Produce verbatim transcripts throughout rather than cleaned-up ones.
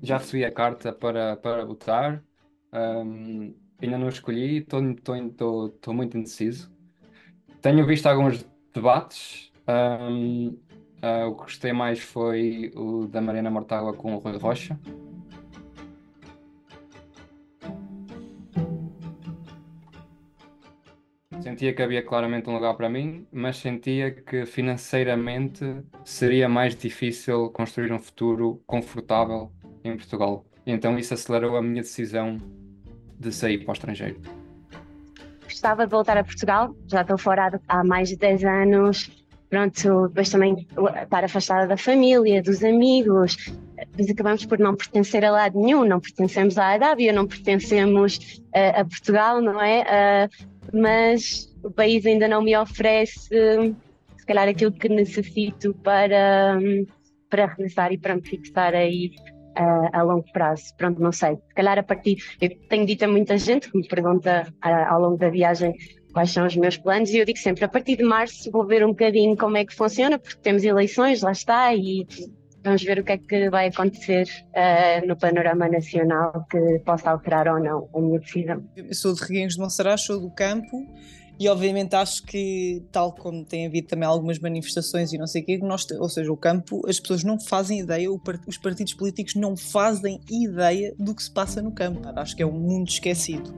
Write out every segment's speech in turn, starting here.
já recebi a carta para, para votar. Ahm, ainda não escolhi, estou muito indeciso. Tenho visto alguns debates. Ahm, ah, o que gostei mais foi o da Mariana Mortágua com o Rui Rocha. Sentia que havia claramente um lugar para mim, mas sentia que financeiramente seria mais difícil construir um futuro confortável em Portugal. E então isso acelerou a minha decisão de sair para o estrangeiro. Gostava de voltar a Portugal, já estou fora há mais de dez anos. Pronto, depois também estar afastada da família, dos amigos. Depois acabamos por não pertencer a lado nenhum, não pertencemos à Arábia, não pertencemos uh, a Portugal, não é? Uh, mas o país ainda não me oferece, se calhar, aquilo que necessito para, um, para regressar e para me fixar aí uh, a longo prazo. Pronto, não sei. Se calhar a partir. Eu tenho dito a muita gente que me pergunta uh, ao longo da viagem quais são os meus planos e eu digo sempre: a partir de março vou ver um bocadinho como é que funciona, porque temos eleições, lá está, e vamos ver o que é que vai acontecer uh, no panorama nacional que possa alterar ou não a minha decisão. Eu sou de Reguengos de Monsaraz, sou do campo. E obviamente acho que, tal como tem havido também algumas manifestações e não sei o quê, nós, ou seja, o campo, as pessoas não fazem ideia, os partidos políticos não fazem ideia do que se passa no campo. Acho que é um mundo esquecido.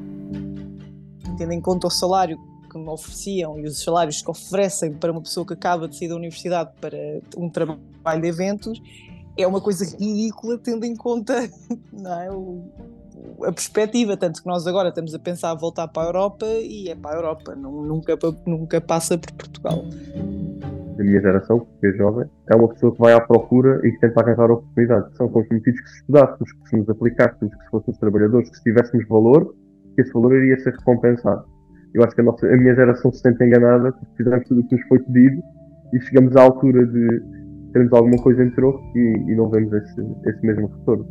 Tendo em conta o salário que me ofereciam e os salários que oferecem para uma pessoa que acaba de sair da universidade para um trabalho de eventos, é uma coisa ridícula tendo em conta, não é, o, a perspectiva, tanto que nós agora estamos a pensar a voltar para a Europa e é para a Europa, não, nunca, nunca passa por Portugal. Da minha geração, que é jovem, é uma pessoa que vai à procura e que tenta arranjar oportunidades. São comprometidos que se estudássemos, que se nos aplicássemos, que se fôssemos trabalhadores, que se tivéssemos valor, que esse valor iria ser recompensado. Eu acho que a, nossa, a minha geração se sente enganada porque fizemos tudo o que nos foi pedido e chegamos à altura de termos alguma coisa em troco e, e não vemos esse, esse mesmo retorno.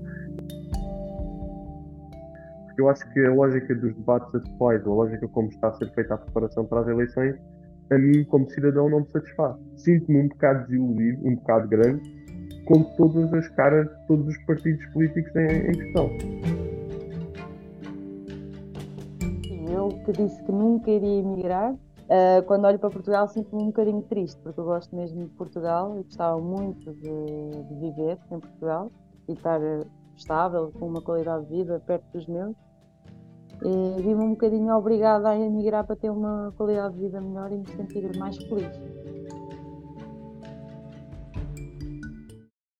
Eu acho que a lógica dos debates atuais, a lógica como está a ser feita a preparação para as eleições, a mim, como cidadão, não me satisfaz. Sinto-me um bocado desiludido, um bocado grande, com todas as caras de todos os partidos políticos em, em questão. Eu que disse que nunca iria emigrar, uh, quando olho para Portugal sinto-me um bocadinho triste, porque eu gosto mesmo de Portugal e gostava muito de, de viver em Portugal e estar estável, com uma qualidade de vida perto dos meus. E vi-me um bocadinho obrigada a emigrar para ter uma qualidade de vida melhor e me sentir mais feliz.